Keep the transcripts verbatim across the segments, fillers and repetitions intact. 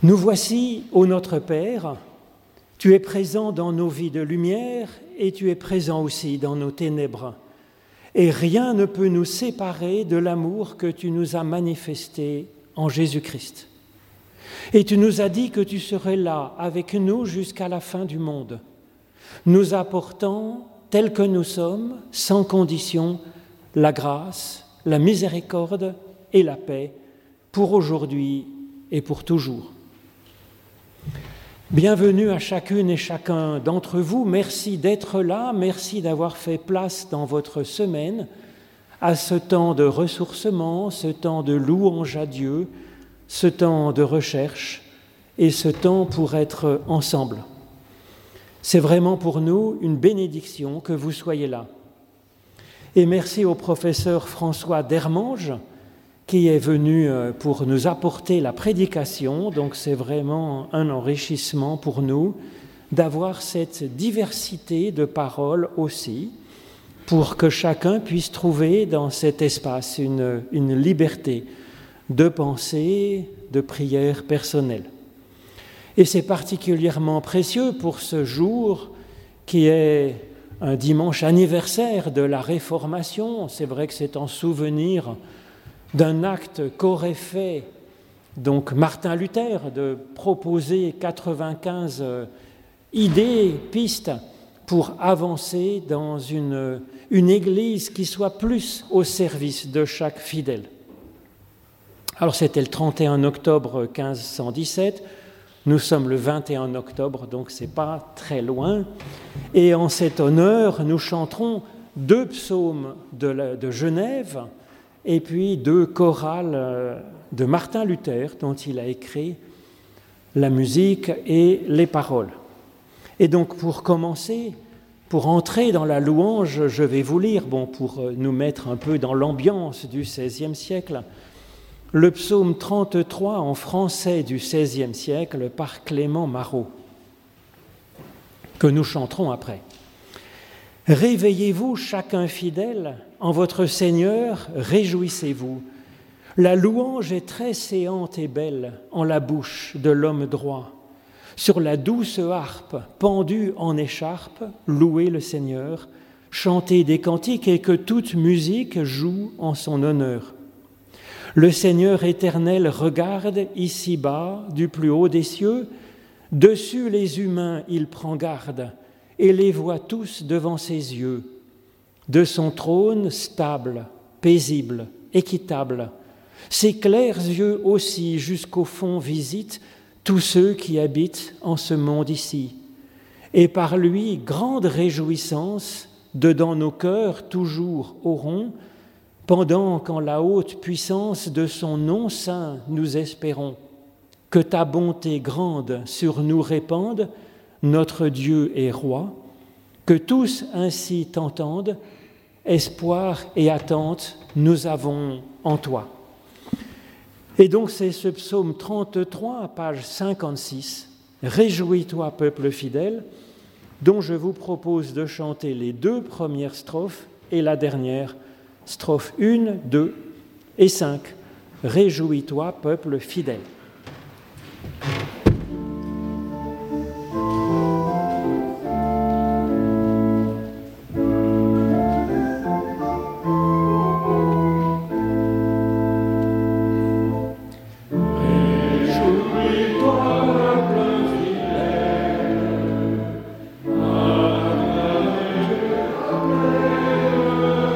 Nous voici, ô notre Père, tu es présent dans nos vies de lumière et tu es présent aussi dans nos ténèbres. Et rien ne peut nous séparer de l'amour que tu nous as manifesté en Jésus-Christ. Et tu nous as dit que tu serais là avec nous jusqu'à la fin du monde, nous apportant, tels que nous sommes, sans condition, la grâce, la miséricorde et la paix pour aujourd'hui et pour toujours. Bienvenue à chacune et chacun d'entre vous. Merci d'être là, merci d'avoir fait place dans votre semaine à ce temps de ressourcement, ce temps de louange à Dieu, ce temps de recherche et ce temps pour être ensemble. C'est vraiment pour nous une bénédiction que vous soyez là. Et merci au professeur François Dermange qui est venu pour nous apporter la prédication. Donc c'est vraiment un enrichissement pour nous d'avoir cette diversité de paroles aussi, pour que chacun puisse trouver dans cet espace une, une liberté de pensée, de prière personnelle. Et c'est particulièrement précieux pour ce jour qui est un dimanche anniversaire de la Réformation. C'est vrai que c'est en souvenir d'un acte qu'aurait fait donc Martin Luther de proposer quatre-vingt-quinze idées, pistes pour avancer dans une, une Église qui soit plus au service de chaque fidèle. Alors c'était le trente et un octobre quinze cent dix-sept, nous sommes le vingt et un octobre, donc c'est pas très loin. Et en cet honneur, nous chanterons deux psaumes de, la, de Genève, et puis deux chorales de Martin Luther, dont il a écrit la musique et les paroles. Et donc pour commencer, pour entrer dans la louange, je vais vous lire, bon, pour nous mettre un peu dans l'ambiance du seizième siècle, le psaume trente-trois en français du seizième siècle par Clément Marot, que nous chanterons après. Réveillez-vous, chacun fidèle, en votre Seigneur, réjouissez-vous. La louange est très séante et belle en la bouche de l'homme droit. Sur la douce harpe, pendue en écharpe, louez le Seigneur, chantez des cantiques et que toute musique joue en son honneur. Le Seigneur éternel regarde ici-bas, du plus haut des cieux, dessus les humains il prend garde, et les voit tous devant ses yeux. De son trône stable, paisible, équitable, ses clairs yeux aussi jusqu'au fond visitent tous ceux qui habitent en ce monde ici. Et par lui, grande réjouissance, dedans nos cœurs toujours auront, pendant qu'en la haute puissance de son nom saint nous espérons. Que ta bonté grande sur nous répande, notre Dieu et Roi, que tous ainsi t'entendent, espoir et attente nous avons en toi. Et donc c'est ce psaume trente-trois, page cinquante-six, « Réjouis-toi, peuple fidèle », dont je vous propose de chanter les deux premières strophes et la dernière, strophes un, deux et cinq. « Réjouis-toi, peuple fidèle ».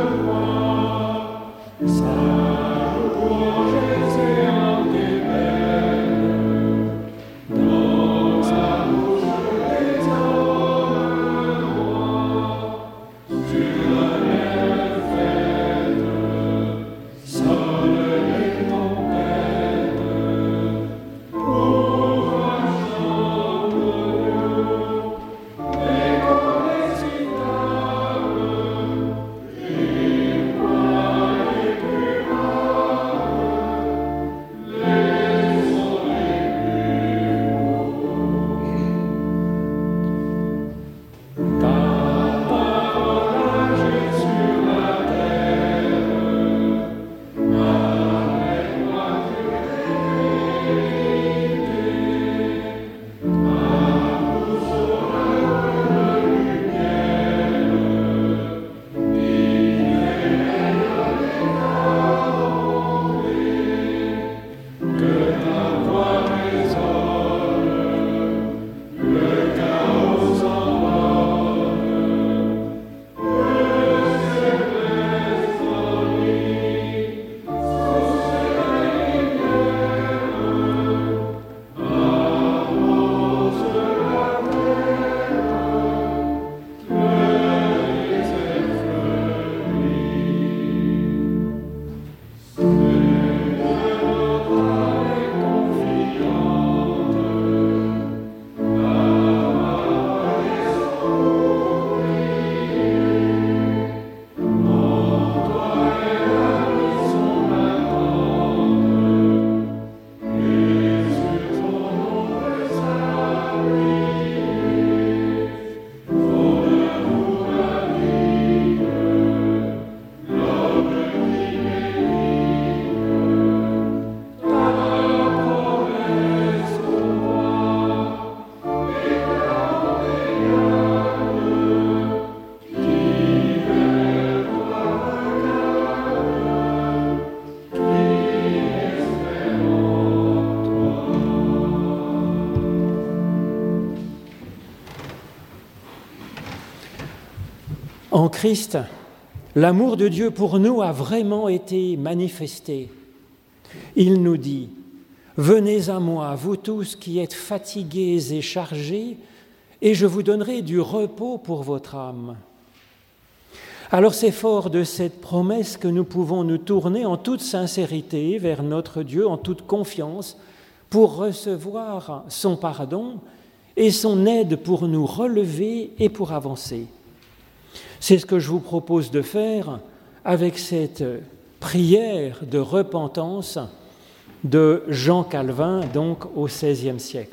Sa louange est séante et belle. En Christ, l'amour de Dieu pour nous a vraiment été manifesté. Il nous dit « Venez à moi, vous tous qui êtes fatigués et chargés, et je vous donnerai du repos pour votre âme. » Alors c'est fort de cette promesse que nous pouvons nous tourner en toute sincérité vers notre Dieu, en toute confiance, pour recevoir son pardon et son aide pour nous relever et pour avancer. C'est ce que je vous propose de faire avec cette prière de repentance de Jean Calvin, donc au seizième siècle.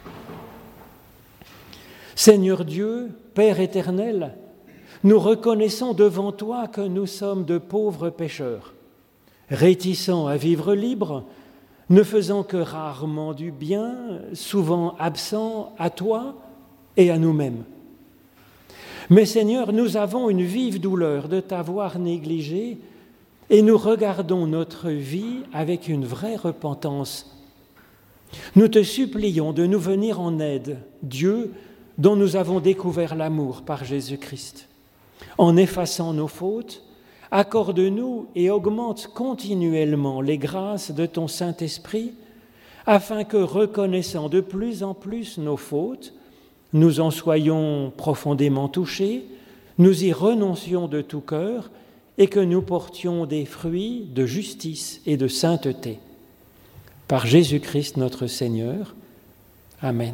Seigneur Dieu, Père éternel, nous reconnaissons devant toi que nous sommes de pauvres pécheurs, réticents à vivre libres, ne faisant que rarement du bien, souvent absents à toi et à nous-mêmes. Mais Seigneur, nous avons une vive douleur de t'avoir négligé et nous regardons notre vie avec une vraie repentance. Nous te supplions de nous venir en aide, Dieu, dont nous avons découvert l'amour par Jésus-Christ. En effaçant nos fautes, accorde-nous et augmente continuellement les grâces de ton Saint-Esprit, afin que, reconnaissant de plus en plus nos fautes, nous en soyons profondément touchés, nous y renoncions de tout cœur et que nous portions des fruits de justice et de sainteté. Par Jésus-Christ notre Seigneur. Amen.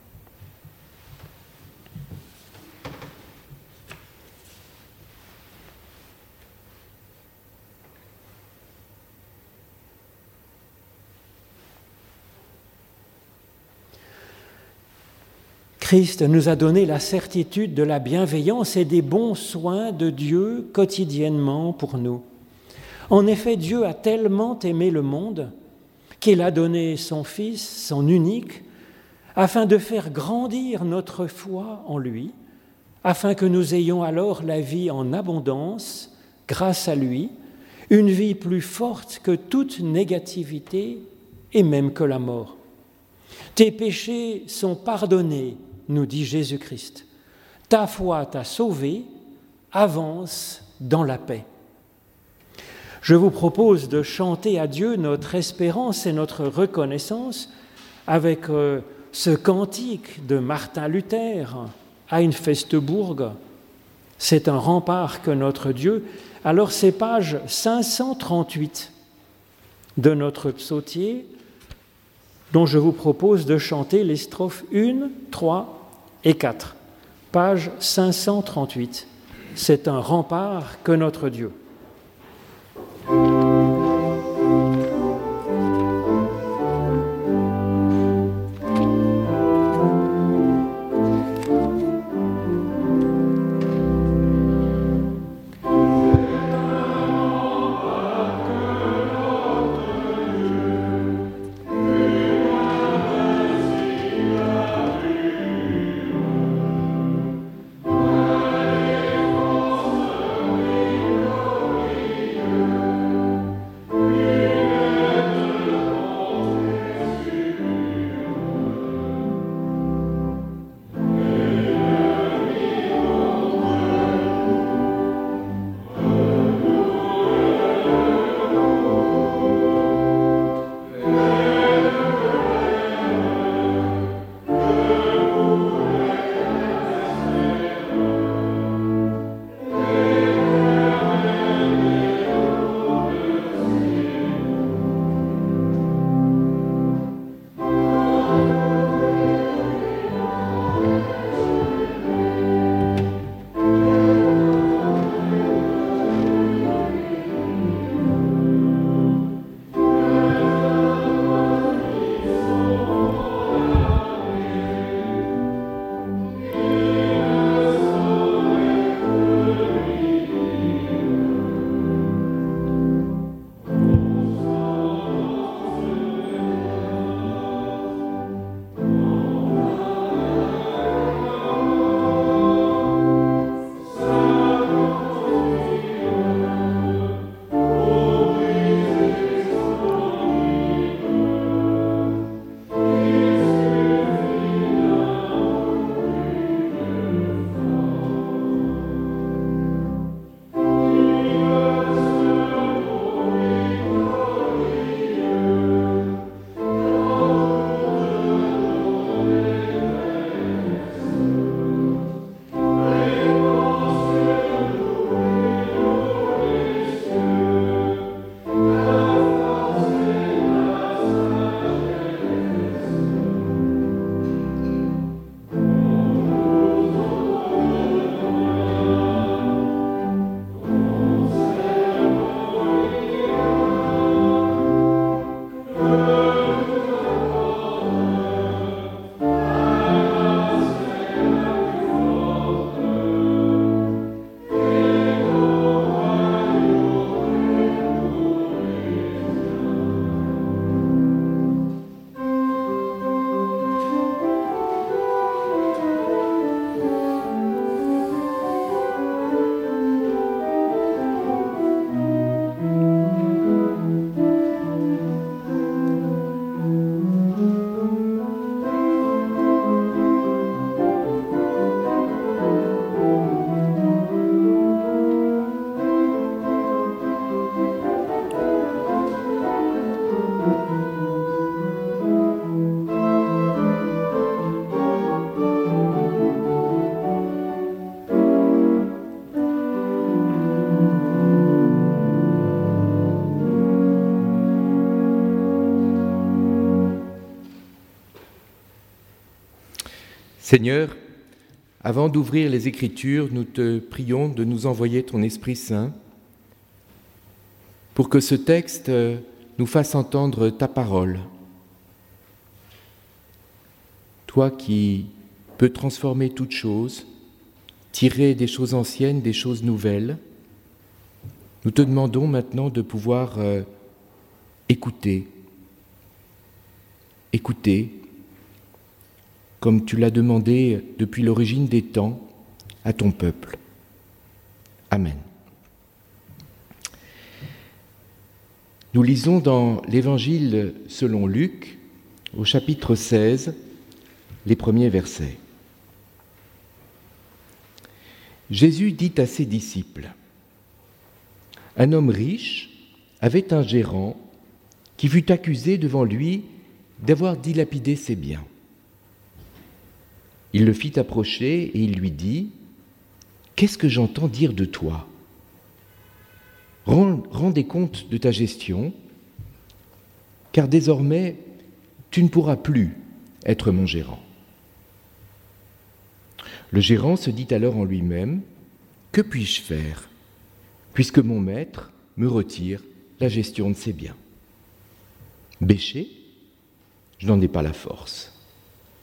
Christ nous a donné la certitude de la bienveillance et des bons soins de Dieu quotidiennement pour nous. En effet, Dieu a tellement aimé le monde qu'il a donné son Fils, son unique, afin de faire grandir notre foi en lui, afin que nous ayons alors la vie en abondance, grâce à lui, une vie plus forte que toute négativité et même que la mort. Tes péchés sont pardonnés, nous dit Jésus-Christ. Ta foi t'a sauvé, avance dans la paix. Je vous propose de chanter à Dieu notre espérance et notre reconnaissance avec euh, ce cantique de Martin Luther, Ein feste Burg. C'est un rempart que notre Dieu. Alors c'est page cinq cent trente-huit de notre psautier, dont je vous propose de chanter les strophes un, trois et quatre. Page cinq cent trente-huit. C'est un rempart que notre Dieu. Seigneur, avant d'ouvrir les Écritures, nous te prions de nous envoyer ton Esprit Saint pour que ce texte nous fasse entendre ta parole. Toi qui peux transformer toutes choses, tirer des choses anciennes, des choses nouvelles, nous te demandons maintenant de pouvoir euh, écouter, écouter, comme tu l'as demandé depuis l'origine des temps à ton peuple. Amen. Nous lisons dans l'Évangile selon Luc, au chapitre seize, les premiers versets. Jésus dit à ses disciples : « Un homme riche avait un gérant qui fut accusé devant lui d'avoir dilapidé ses biens. Il le fit approcher et il lui dit : « Qu'est-ce que j'entends dire de toi ? Rends, rendez compte de ta gestion, car désormais, tu ne pourras plus être mon gérant. » Le gérant se dit alors en lui-même : « Que puis-je faire, puisque mon maître me retire la gestion de ses biens ? Bêcher ? Je n'en ai pas la force. Mendier ?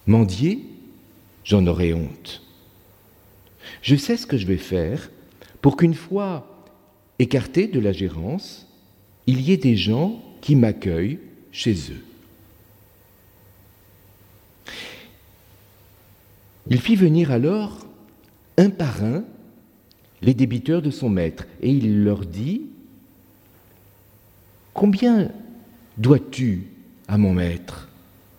J'en aurai honte. Je sais ce que je vais faire pour qu'une fois écarté de la gérance, il y ait des gens qui m'accueillent chez eux. » Il fit venir alors un par un les débiteurs de son maître et il leur dit : « Combien dois-tu à mon maître ? »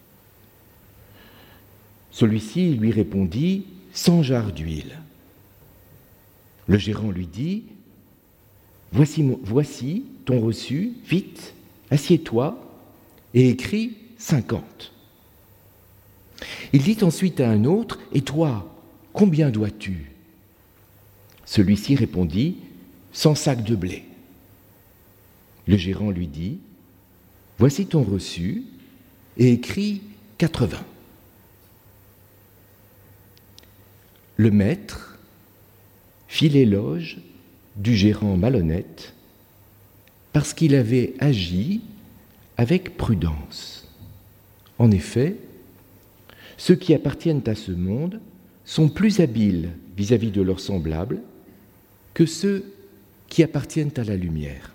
Celui-ci lui répondit : « Cent jarres d'huile. » Le gérant lui dit : « Voici, mon, voici ton reçu, vite, assieds-toi et écris cinquante. » Il dit ensuite à un autre : « Et toi, combien dois-tu ? » Celui-ci répondit : « Cent sacs de blé. » Le gérant lui dit : « Voici ton reçu et écris quatre-vingts. » Le maître fit l'éloge du gérant malhonnête parce qu'il avait agi avec prudence. En effet, ceux qui appartiennent à ce monde sont plus habiles vis-à-vis de leurs semblables que ceux qui appartiennent à la lumière.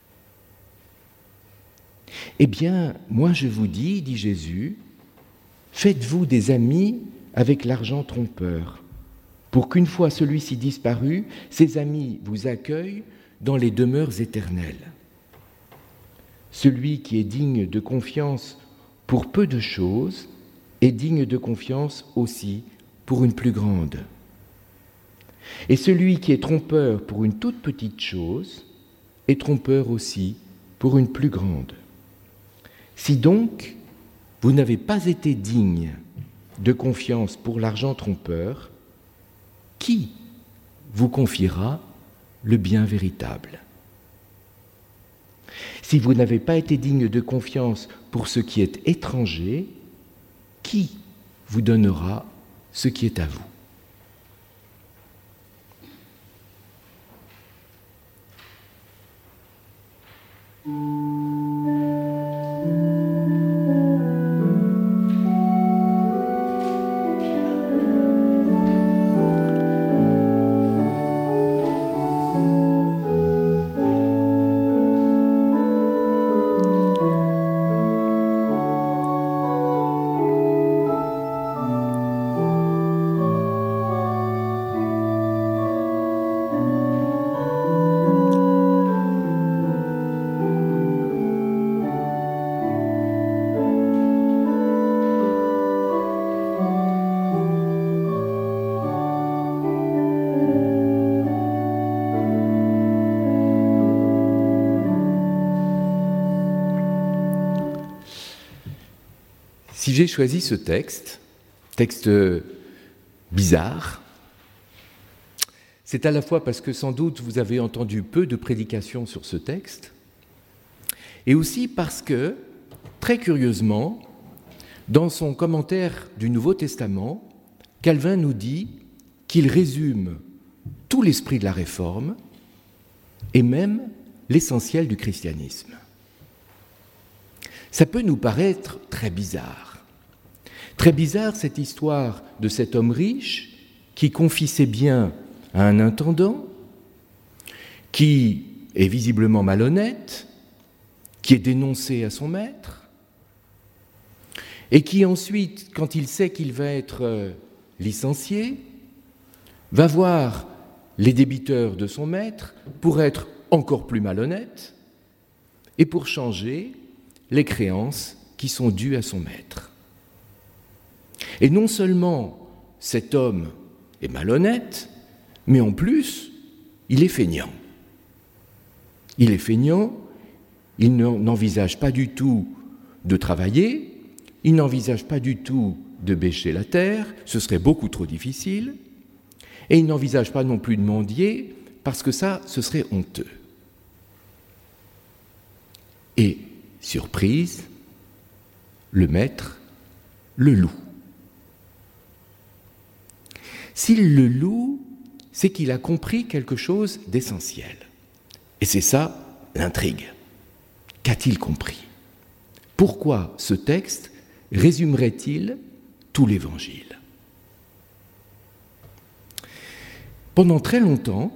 « Eh bien, moi je vous dis, dit Jésus, faites-vous des amis avec l'argent trompeur, pour qu'une fois celui-ci disparu, ses amis vous accueillent dans les demeures éternelles. Celui qui est digne de confiance pour peu de choses est digne de confiance aussi pour une plus grande. Et celui qui est trompeur pour une toute petite chose est trompeur aussi pour une plus grande. Si donc vous n'avez pas été digne de confiance pour l'argent trompeur, qui vous confiera le bien véritable ? Si vous n'avez pas été digne de confiance pour ce qui est étranger, qui vous donnera ce qui est à vous ? Si j'ai choisi ce texte, texte bizarre, c'est à la fois parce que sans doute vous avez entendu peu de prédications sur ce texte, et aussi parce que, très curieusement, dans son commentaire du Nouveau Testament, Calvin nous dit qu'il résume tout l'esprit de la Réforme et même l'essentiel du christianisme. Ça peut nous paraître très bizarre. Très bizarre cette histoire de cet homme riche qui confie ses biens à un intendant, qui est visiblement malhonnête, qui est dénoncé à son maître, et qui ensuite, quand il sait qu'il va être licencié, va voir les débiteurs de son maître pour être encore plus malhonnête et pour changer les créances qui sont dues à son maître. Et non seulement cet homme est malhonnête, mais en plus, il est feignant. Il est feignant, il n'envisage pas du tout de travailler, il n'envisage pas du tout de bêcher la terre, ce serait beaucoup trop difficile, et il n'envisage pas non plus de mendier, parce que ça, ce serait honteux. Et, surprise, le maître le loue. S'il le loue, c'est qu'il a compris quelque chose d'essentiel. Et c'est ça l'intrigue. Qu'a-t-il compris ? Pourquoi ce texte résumerait-il tout l'Évangile ? Pendant très longtemps,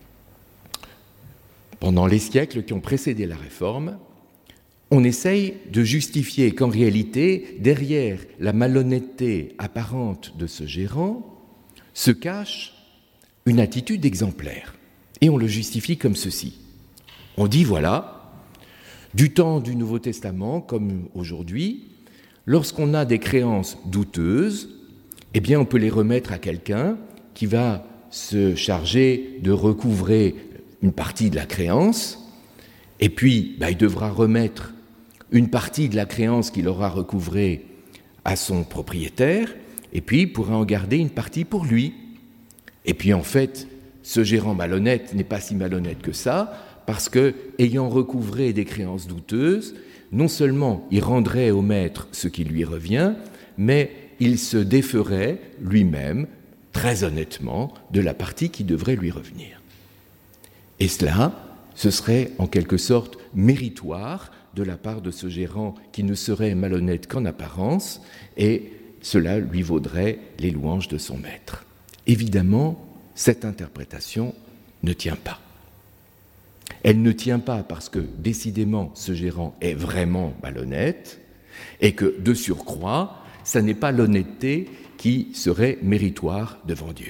pendant les siècles qui ont précédé la Réforme, on essaye de justifier qu'en réalité, derrière la malhonnêteté apparente de ce gérant, se cache une attitude exemplaire. Et on le justifie comme ceci. On dit, voilà, du temps du Nouveau Testament, comme aujourd'hui, lorsqu'on a des créances douteuses, eh bien on peut les remettre à quelqu'un qui va se charger de recouvrer une partie de la créance, et puis bah, il devra remettre une partie de la créance qu'il aura recouvrée à son propriétaire, et puis il pourra en garder une partie pour lui. Et puis en fait, ce gérant malhonnête n'est pas si malhonnête que ça, parce que, ayant recouvré des créances douteuses, non seulement il rendrait au maître ce qui lui revient, mais il se déferait lui-même, très honnêtement, de la partie qui devrait lui revenir. Et cela, ce serait en quelque sorte méritoire de la part de ce gérant qui ne serait malhonnête qu'en apparence, et cela lui vaudrait les louanges de son maître. Évidemment, cette interprétation ne tient pas. Elle ne tient pas parce que, décidément, ce gérant est vraiment malhonnête et que, de surcroît, ça n'est pas l'honnêteté qui serait méritoire devant Dieu.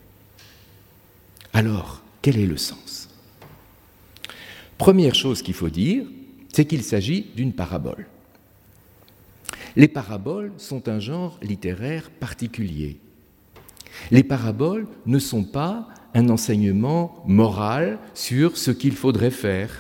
Alors, quel est le sens ? Première chose qu'il faut dire, c'est qu'il s'agit d'une parabole. Les paraboles sont un genre littéraire particulier. Les paraboles ne sont pas un enseignement moral sur ce qu'il faudrait faire.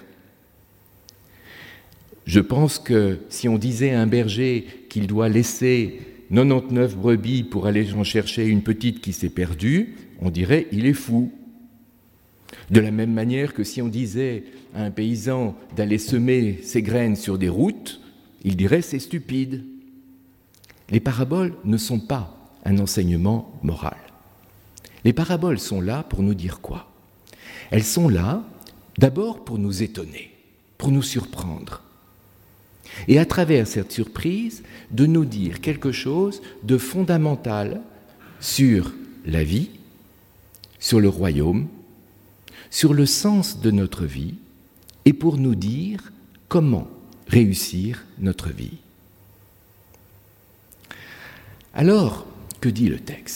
Je pense que si on disait à un berger qu'il doit laisser quatre-vingt-dix-neuf brebis pour aller en chercher une petite qui s'est perdue, on dirait « il est fou ». De la même manière que si on disait à un paysan d'aller semer ses graines sur des routes, il dirait « c'est stupide ». Les paraboles ne sont pas un enseignement moral. Les paraboles sont là pour nous dire quoi ? Elles sont là d'abord pour nous étonner, pour nous surprendre. Et à travers cette surprise, de nous dire quelque chose de fondamental sur la vie, sur le royaume, sur le sens de notre vie, et pour nous dire comment réussir notre vie. Alors, que dit le texte ?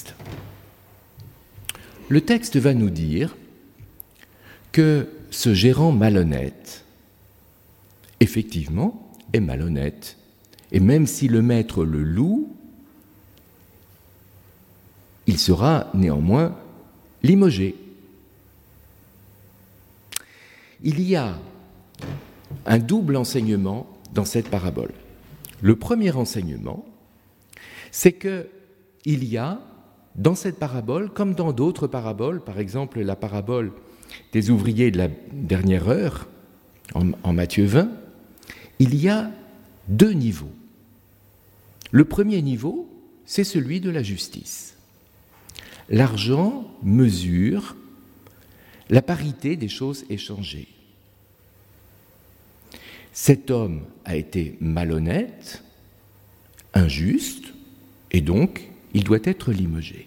Le texte va nous dire que ce gérant malhonnête, effectivement, est malhonnête. Et même si le maître le loue, il sera néanmoins limogé. Il y a un double enseignement dans cette parabole. Le premier enseignement, c'est qu'il y a dans cette parabole, comme dans d'autres paraboles, par exemple la parabole des ouvriers de la dernière heure, en, en Matthieu vingt, il y a deux niveaux. Le premier niveau, c'est celui de la justice. l'argent mesure la parité des choses échangées. Cet homme a été malhonnête, injuste, et donc il doit être limogé.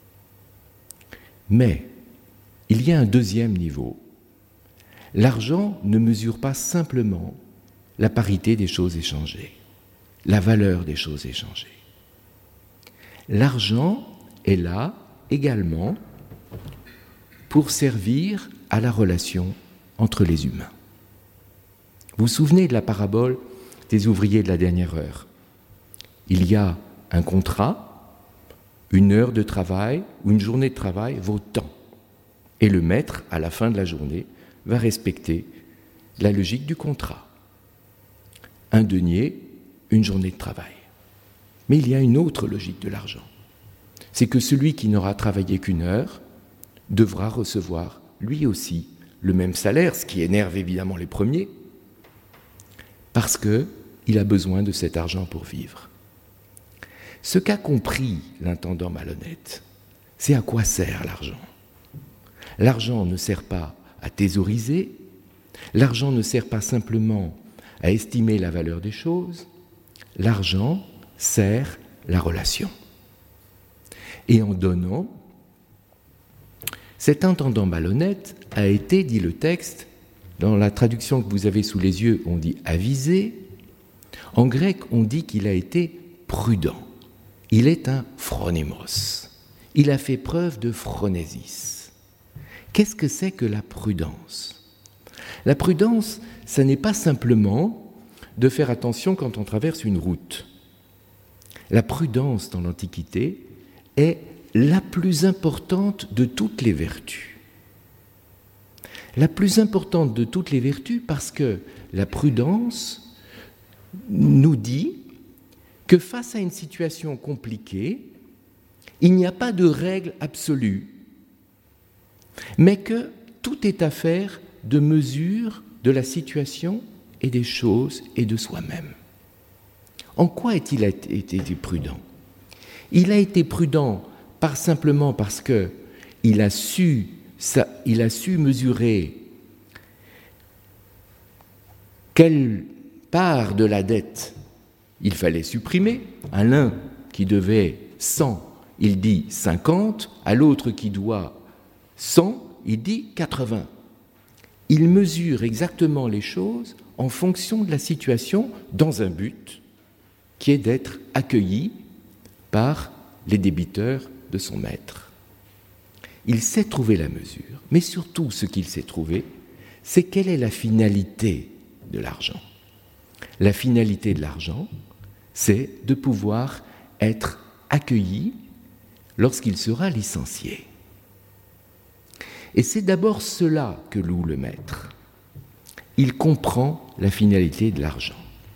Mais il y a un deuxième niveau. L'argent ne mesure pas simplement la parité des choses échangées, la valeur des choses échangées. L'argent est là également pour servir à la relation entre les humains. Vous vous souvenez de la parabole des ouvriers de la dernière heure? Il y a un contrat, une heure de travail ou une journée de travail vaut tant. Et le maître, à la fin de la journée, va respecter la logique du contrat. Un denier, une journée de travail. Mais il y a une autre logique de l'argent. C'est que celui qui n'aura travaillé qu'une heure devra recevoir lui aussi le même salaire, ce qui énerve évidemment les premiers, parce qu'il a besoin de cet argent pour vivre. Ce qu'a compris l'intendant malhonnête, c'est à quoi sert l'argent. L'argent ne sert pas à thésauriser, l'argent ne sert pas simplement à estimer la valeur des choses, l'argent sert la relation. Et en donnant, cet intendant malhonnête a été, dit le texte, dans la traduction que vous avez sous les yeux, on dit avisé, en grec on dit qu'il a été prudent. Il est un phronimos. Il a fait preuve de phronésis. Qu'est-ce que c'est que la prudence? La prudence, ça n'est pas simplement de faire attention quand on traverse une route. La prudence dans l'Antiquité est la plus importante de toutes les vertus. La plus importante de toutes les vertus parce que la prudence nous dit que face à une situation compliquée, il n'y a pas de règle absolue, mais que tout est affaire de mesure de la situation et des choses et de soi-même. En quoi a-t-il été prudent? Il a été prudent pas simplement parce qu'il a su, ça, il a su mesurer quelle part de la dette il fallait supprimer. À l'un qui devait cent, il dit cinquante, à l'autre qui doit cent, il dit quatre-vingts. Il mesure exactement les choses en fonction de la situation dans un but qui est d'être accueilli par les débiteurs de son maître. Il sait trouver la mesure, mais surtout ce qu'il sait trouver, c'est quelle est la finalité de l'argent. La finalité de l'argent, c'est de pouvoir être accueilli lorsqu'il sera licencié. Et c'est d'abord cela que loue le maître. Il comprend la finalité de l'argent.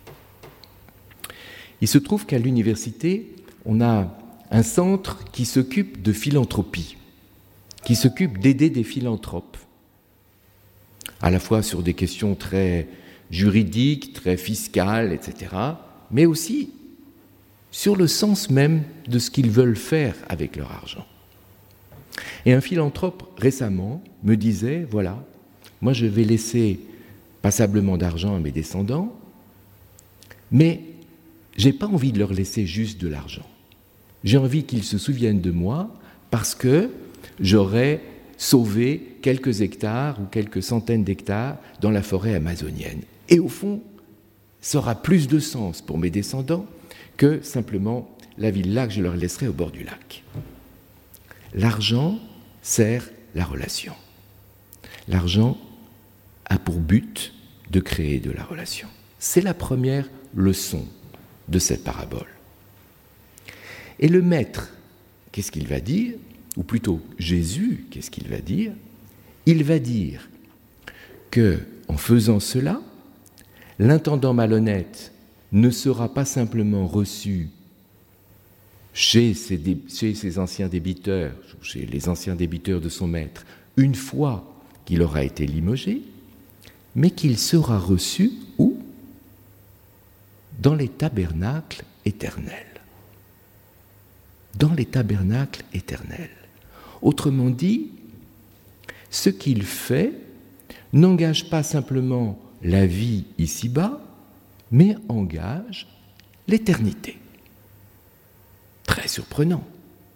Il se trouve qu'à l'université, on a un centre qui s'occupe de philanthropie, qui s'occupe d'aider des philanthropes, à la fois sur des questions très juridiques, très fiscales, et cetera, mais aussi sur le sens même de ce qu'ils veulent faire avec leur argent. Et un philanthrope récemment me disait, voilà, moi je vais laisser passablement d'argent à mes descendants, mais je n'ai pas envie de leur laisser juste de l'argent. J'ai envie qu'ils se souviennent de moi parce que j'aurai sauvé quelques hectares ou quelques centaines d'hectares dans la forêt amazonienne. Et au fond, ça aura plus de sens pour mes descendants que simplement la villa que je leur laisserai au bord du lac. L'argent sert la relation. L'argent a pour but de créer de la relation. C'est la première leçon de cette parabole. Et le maître, qu'est-ce qu'il va dire? Ou plutôt Jésus, qu'est-ce qu'il va dire? Il va dire que, en faisant cela, l'intendant malhonnête ne sera pas simplement reçu chez ses, dé, chez ses anciens débiteurs, chez les anciens débiteurs de son maître, une fois qu'il aura été limogé, mais qu'il sera reçu où? Dans les tabernacles éternels. Dans les tabernacles éternels. Autrement dit, ce qu'il fait n'engage pas simplement la vie ici-bas, mais engage l'éternité. Très surprenant.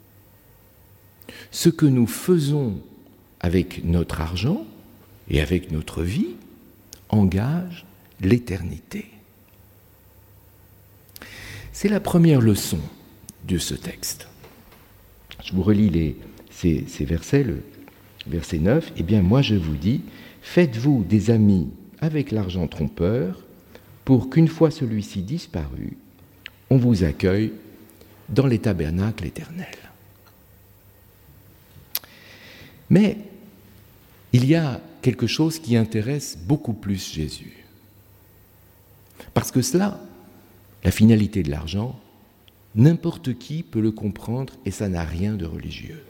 Ce que nous faisons avec notre argent et avec notre vie engage l'éternité. C'est la première leçon de ce texte. Je vous relis les, ces, ces versets, le verset neuf. Eh bien, moi je vous dis, faites-vous des amis avec l'argent trompeur, pour qu'une fois celui-ci disparu, on vous accueille dans les tabernacles éternels. Mais il y a quelque chose qui intéresse beaucoup plus Jésus. Parce que cela, la finalité de l'argent, n'importe qui peut le comprendre et ça n'a rien de religieux.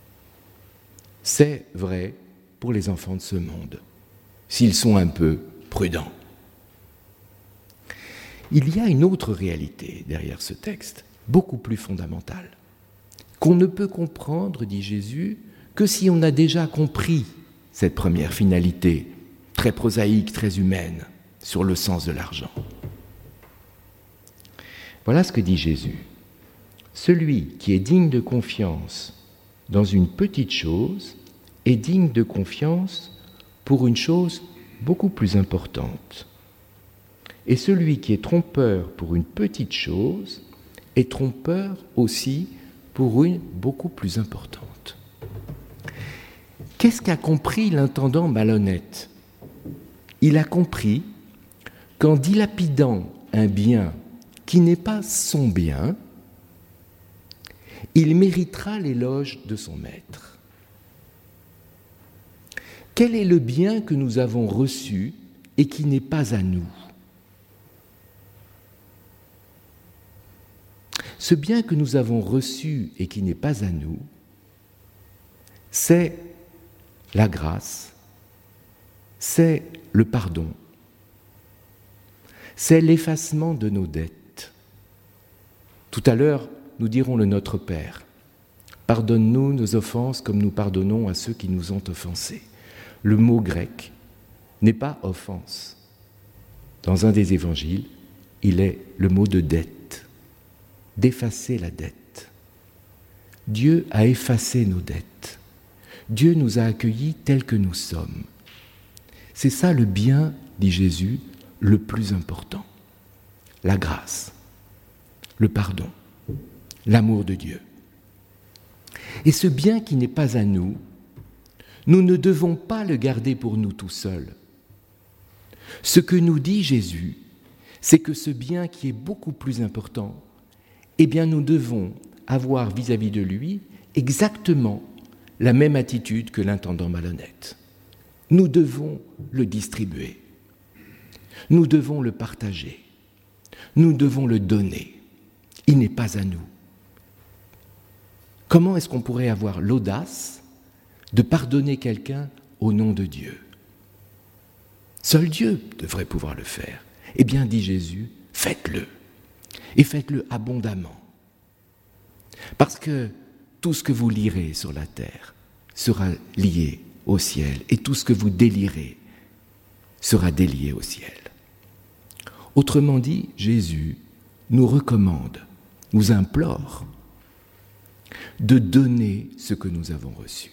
C'est vrai pour les enfants de ce monde, s'ils sont un peu prudents. Il y a une autre réalité derrière ce texte, beaucoup plus fondamentale, qu'on ne peut comprendre, dit Jésus, que si on a déjà compris cette première finalité, très prosaïque, très humaine, sur le sens de l'argent. Voilà ce que dit Jésus. Celui qui est digne de confiance dans une petite chose est digne de confiance pour une chose beaucoup plus importante. Et celui qui est trompeur pour une petite chose est trompeur aussi pour une beaucoup plus importante. Qu'est-ce qu'a compris l'intendant malhonnête ? Il a compris qu'en dilapidant un bien qui n'est pas son bien, il méritera l'éloge de son maître. Quel est le bien que nous avons reçu et qui n'est pas à nous ? Ce bien que nous avons reçu et qui n'est pas à nous, c'est la grâce, c'est le pardon, c'est l'effacement de nos dettes. Tout à l'heure, nous dirons le Notre Père. Pardonne-nous nos offenses comme nous pardonnons à ceux qui nous ont offensés. Le mot grec n'est pas offense. Dans un des évangiles, il est le mot de dette, d'effacer la dette. Dieu a effacé nos dettes. Dieu nous a accueillis tels que nous sommes. C'est ça le bien, dit Jésus, le plus important. La grâce, le pardon, l'amour de Dieu. Et ce bien qui n'est pas à nous, nous ne devons pas le garder pour nous tout seuls. Ce que nous dit Jésus, c'est que ce bien qui est beaucoup plus important, eh bien nous devons avoir vis-à-vis de lui exactement la même attitude que l'intendant malhonnête. Nous devons le distribuer. Nous devons le partager. Nous devons le donner. Il n'est pas à nous. Comment est-ce qu'on pourrait avoir l'audace de pardonner quelqu'un au nom de Dieu ? Seul Dieu devrait pouvoir le faire. Eh bien, dit Jésus, faites-le. Et faites-le abondamment. Parce que tout ce que vous lirez sur la terre sera lié au ciel, et tout ce que vous délirez sera délié au ciel. Autrement dit, Jésus nous recommande, nous implore de donner ce que nous avons reçu.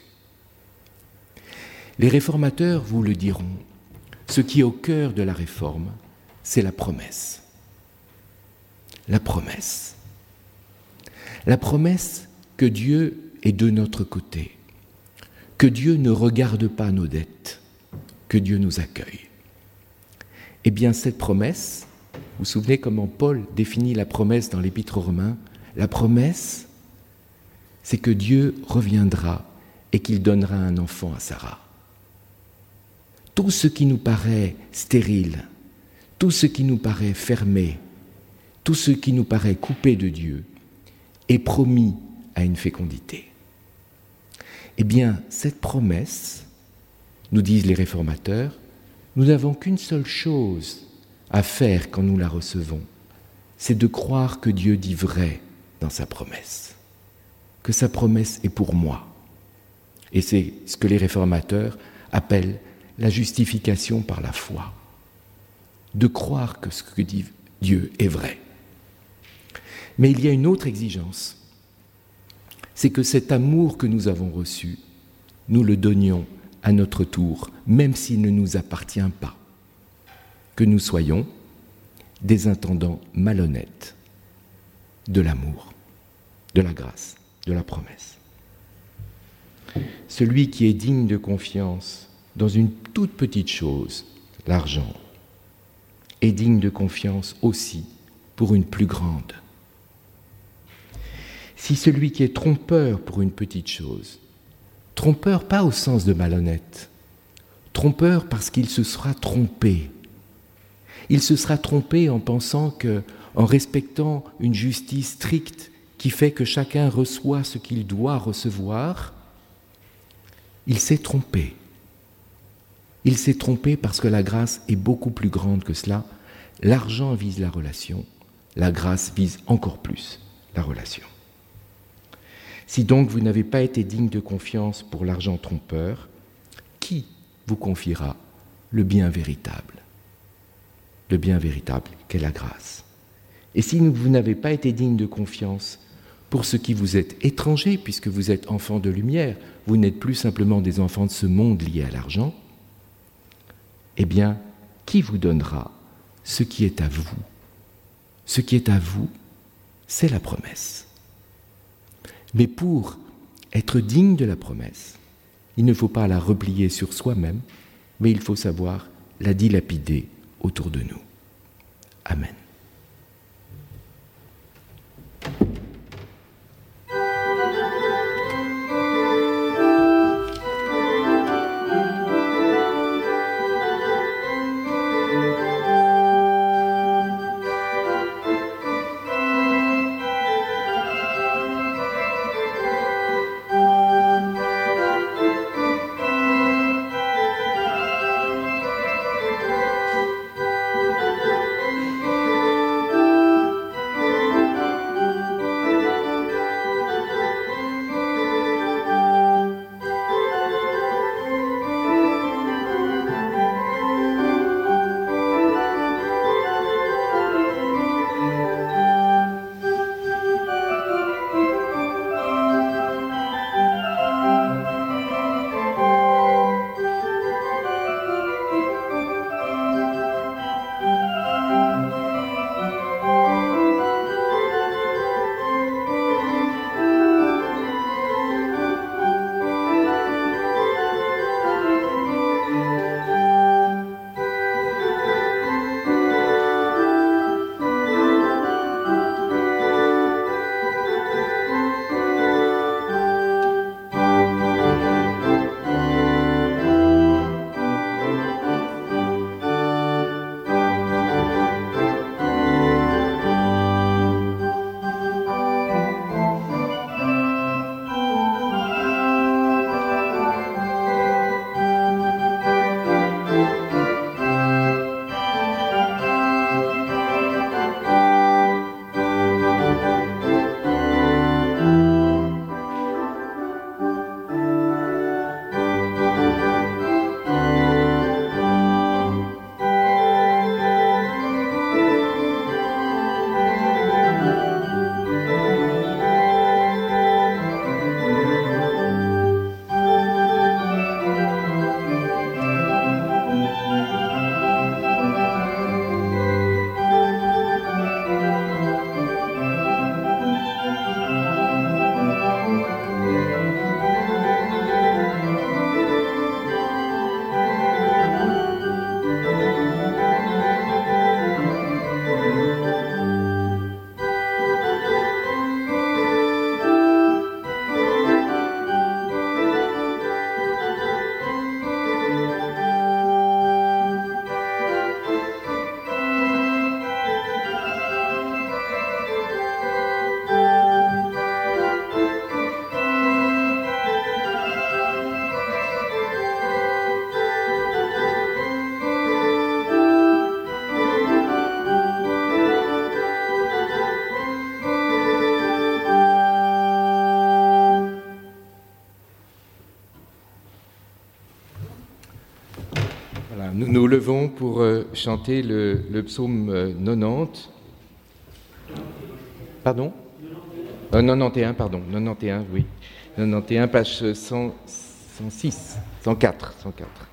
Les réformateurs vous le diront, ce qui est au cœur de la réforme, c'est la promesse. La promesse. La promesse que Dieu est de notre côté, que Dieu ne regarde pas nos dettes, que Dieu nous accueille. Eh bien, cette promesse, vous vous souvenez comment Paul définit la promesse dans l'Épître aux Romains ? La promesse, c'est que Dieu reviendra et qu'il donnera un enfant à Sarah. Tout ce qui nous paraît stérile, tout ce qui nous paraît fermé, tout ce qui nous paraît coupé de Dieu est promis à une fécondité. Eh bien, cette promesse, nous disent les réformateurs, nous n'avons qu'une seule chose à faire quand nous la recevons, c'est de croire que Dieu dit vrai dans sa promesse, que sa promesse est pour moi, Et c'est ce que les réformateurs appellent la justification par la foi. De croire que ce que dit Dieu est vrai. Mais il y a une autre exigence. C'est que cet amour que nous avons reçu, nous le donnions à notre tour, même s'il ne nous appartient pas. Que nous soyons des intendants malhonnêtes de l'amour, de la grâce, de la promesse. Celui qui est digne de confiance dans une toute petite chose, l'argent, est digne de confiance aussi pour une plus grande. Si celui qui est trompeur pour une petite chose, trompeur pas au sens de malhonnête, trompeur parce qu'il se sera trompé, il se sera trompé en pensant que, en respectant une justice stricte qui fait que chacun reçoit ce qu'il doit recevoir, il s'est trompé. Il s'est trompé parce que la grâce est beaucoup plus grande que cela. L'argent vise la relation, la grâce vise encore plus la relation. Si donc vous n'avez pas été digne de confiance pour l'argent trompeur, qui vous confiera le bien véritable ? Le bien véritable qu'est la grâce. Et si vous n'avez pas été digne de confiance pour ce qui vous est étranger, puisque vous êtes enfants de lumière, vous n'êtes plus simplement des enfants de ce monde liés à l'argent, eh bien, qui vous donnera ce qui est à vous ? Ce qui est à vous, c'est la promesse. Mais pour être digne de la promesse, il ne faut pas la replier sur soi-même, mais il faut savoir la dilapider autour de nous. Amen. nous levons pour euh, chanter le, le psaume euh, quatre-vingt-dix. Pardon euh, quatre-vingt-onze, pardon, quatre-vingt-onze, oui. quatre-vingt-onze, page cent, cent six, cent quatre, cent quatre.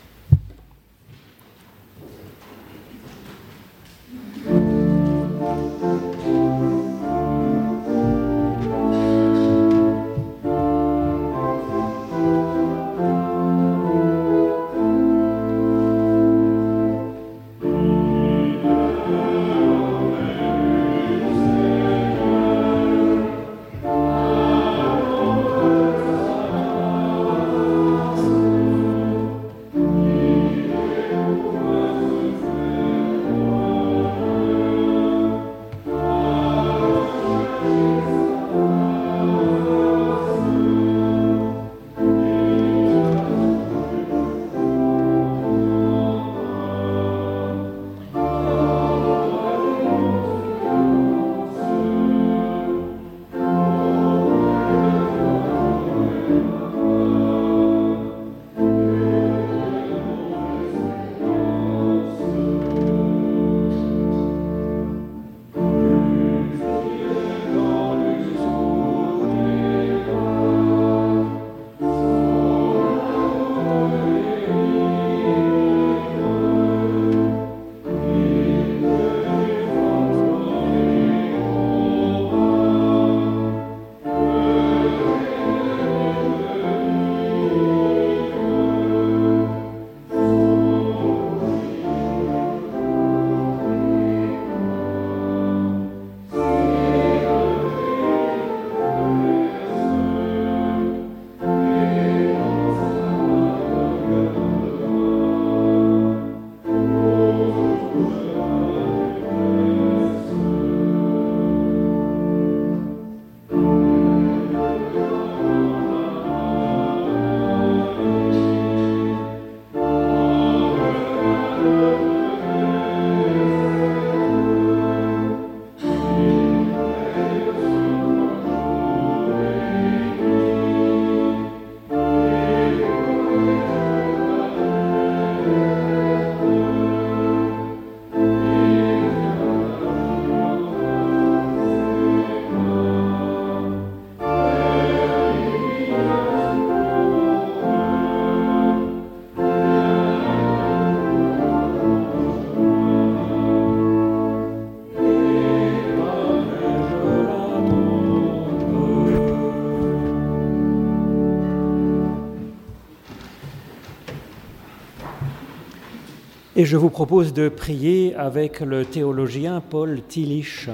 Et je vous propose de prier avec le théologien Paul Tillich.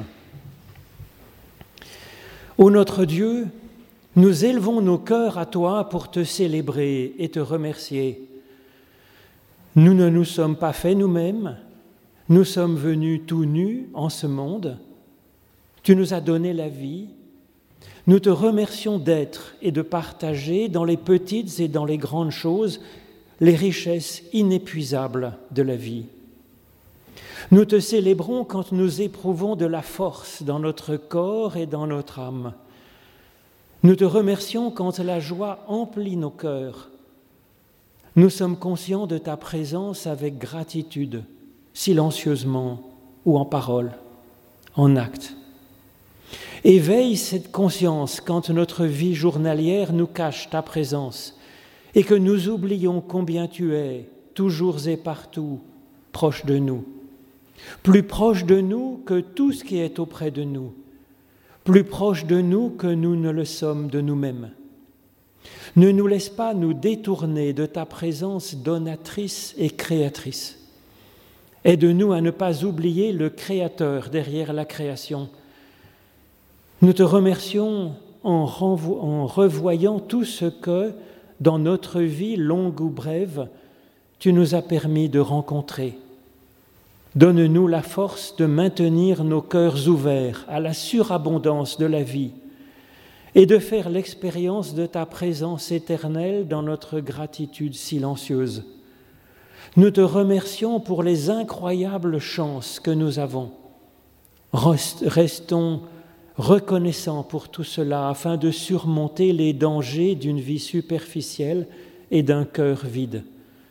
Ô notre Dieu, nous élevons nos cœurs à toi pour te célébrer et te remercier. Nous ne nous sommes pas faits nous-mêmes, nous sommes venus tout nus en ce monde. Tu nous as donné la vie. Nous te remercions d'être et de partager dans les petites et dans les grandes choses les richesses inépuisables de la vie. Nous te célébrons quand nous éprouvons de la force dans notre corps et dans notre âme. Nous te remercions quand la joie emplit nos cœurs. Nous sommes conscients de ta présence avec gratitude, silencieusement ou en parole, en acte. Éveille cette conscience quand notre vie journalière nous cache ta présence et que nous oublions combien tu es, toujours et partout, proche de nous. Plus proche de nous que tout ce qui est auprès de nous. Plus proche de nous que nous ne le sommes de nous-mêmes. Ne nous laisse pas nous détourner de ta présence donatrice et créatrice. Aide-nous à ne pas oublier le Créateur derrière la création. Nous te remercions en, renvo- en revoyant tout ce que, dans notre vie longue ou brève, tu nous as permis de rencontrer. Donne-nous la force de maintenir nos cœurs ouverts à la surabondance de la vie et de faire l'expérience de ta présence éternelle dans notre gratitude silencieuse. Nous te remercions pour les incroyables chances que nous avons. Restons reconnaissants pour tout cela afin de surmonter les dangers d'une vie superficielle et d'un cœur vide.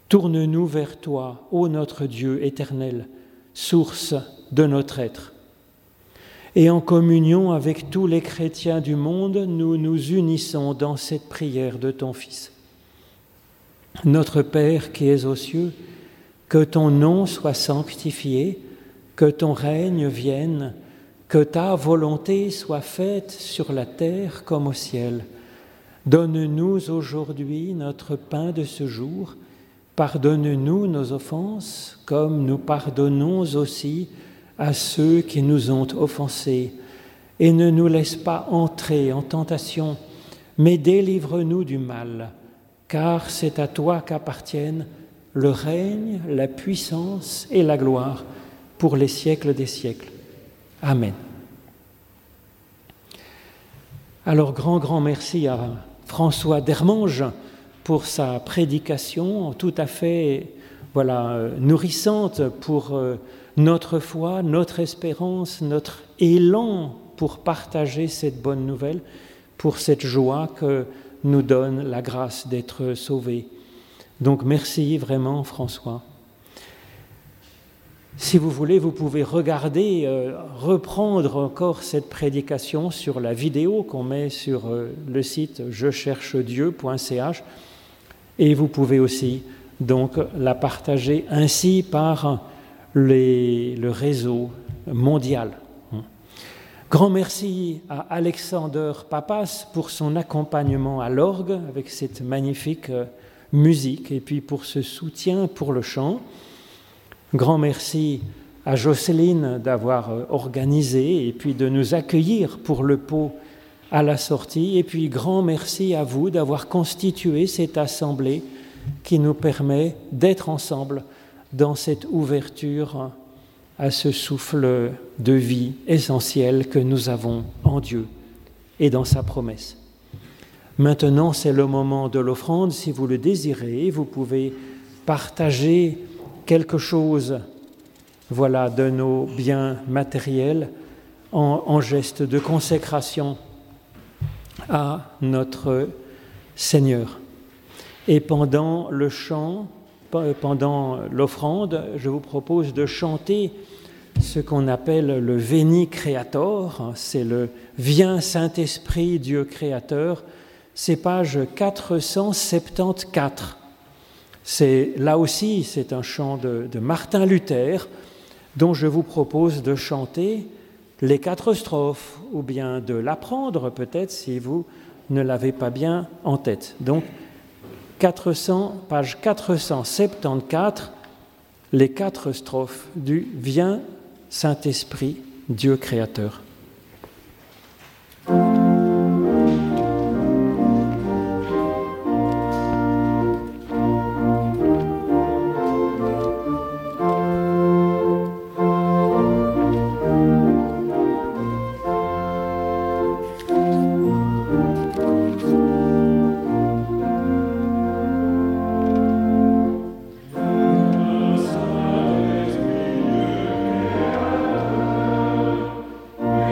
Tourne-nous vers toi, ô notre Dieu éternel, source de notre être. Et en communion avec tous les chrétiens du monde, nous nous unissons dans cette prière de ton Fils. Notre Père qui es aux cieux, que ton nom soit sanctifié, que ton règne vienne, que ta volonté soit faite sur la terre comme au ciel. Donne-nous aujourd'hui notre pain de ce jour. Pardonne-nous nos offenses, comme nous pardonnons aussi à ceux qui nous ont offensés. Et ne nous laisse pas entrer en tentation, mais délivre-nous du mal, car c'est à toi qu'appartiennent le règne, la puissance et la gloire pour les siècles des siècles. Amen. Alors, grand, grand merci à François Dermange pour sa prédication tout à fait voilà, nourrissante pour notre foi, notre espérance, notre élan pour partager cette bonne nouvelle, pour cette joie que nous donne la grâce d'être sauvés. Donc merci vraiment François. Si vous voulez, vous pouvez regarder, euh, reprendre encore cette prédication sur la vidéo qu'on met sur euh, le site je cherche dieu point c h et vous pouvez aussi donc la partager ainsi par les, le réseau mondial. Grand merci à Alexander Papas pour son accompagnement à l'orgue avec cette magnifique euh, musique et puis pour ce soutien pour le chant. Grand merci à Jocelyne d'avoir organisé et puis de nous accueillir pour le pot à la sortie. Et puis grand merci à vous d'avoir constitué cette assemblée qui nous permet d'être ensemble dans cette ouverture à ce souffle de vie essentiel que nous avons en Dieu et dans sa promesse. Maintenant, c'est le moment de l'offrande. Si vous le désirez, vous pouvez partager quelque chose, voilà, de nos biens matériels en, en geste de consécration à notre Seigneur. Et pendant le chant, pendant l'offrande, je vous propose de chanter ce qu'on appelle le Veni Creator, c'est le Viens Saint-Esprit, Dieu Créateur, c'est page quatre cent soixante-quatorze. C'est, là aussi, c'est un chant de, de Martin Luther dont je vous propose de chanter les quatre strophes ou bien de l'apprendre peut-être si vous ne l'avez pas bien en tête. Donc, quatre cents, page quatre cent soixante-quatorze, les quatre strophes du « Viens Saint-Esprit, Dieu Créateur ». Amen.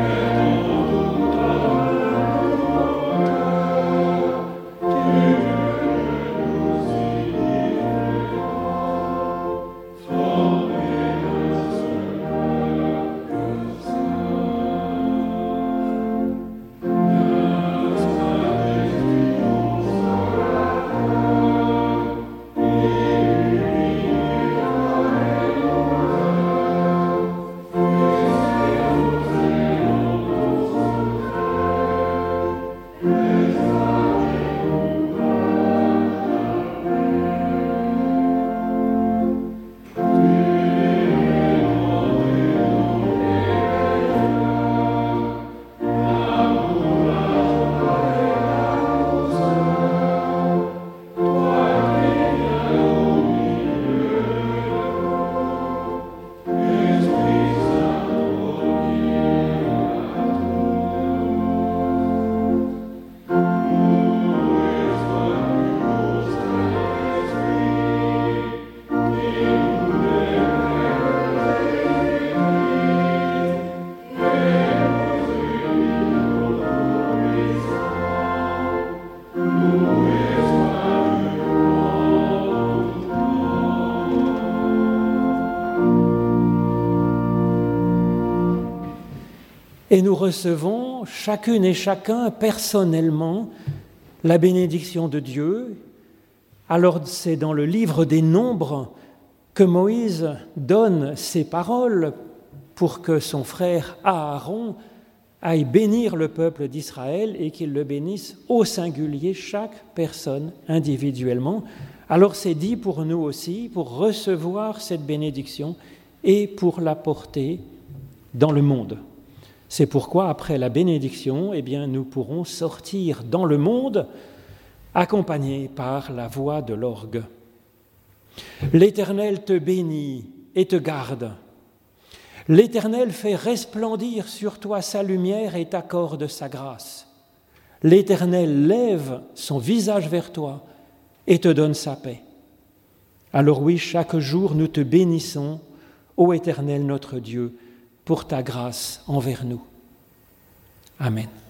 Et nous recevons chacune et chacun personnellement la bénédiction de Dieu. Alors c'est dans le livre des Nombres que Moïse donne ces paroles pour que son frère Aaron aille bénir le peuple d'Israël et qu'il le bénisse au singulier, chaque personne individuellement. Alors c'est dit pour nous aussi, pour recevoir cette bénédiction et pour la porter dans le monde. C'est pourquoi, après la bénédiction, eh bien, nous pourrons sortir dans le monde accompagnés par la voix de l'orgue. L'Éternel te bénit et te garde. L'Éternel fait resplendir sur toi sa lumière et t'accorde sa grâce. L'Éternel lève son visage vers toi et te donne sa paix. Alors oui, chaque jour nous te bénissons, ô Éternel notre Dieu, pour ta grâce envers nous. Amen.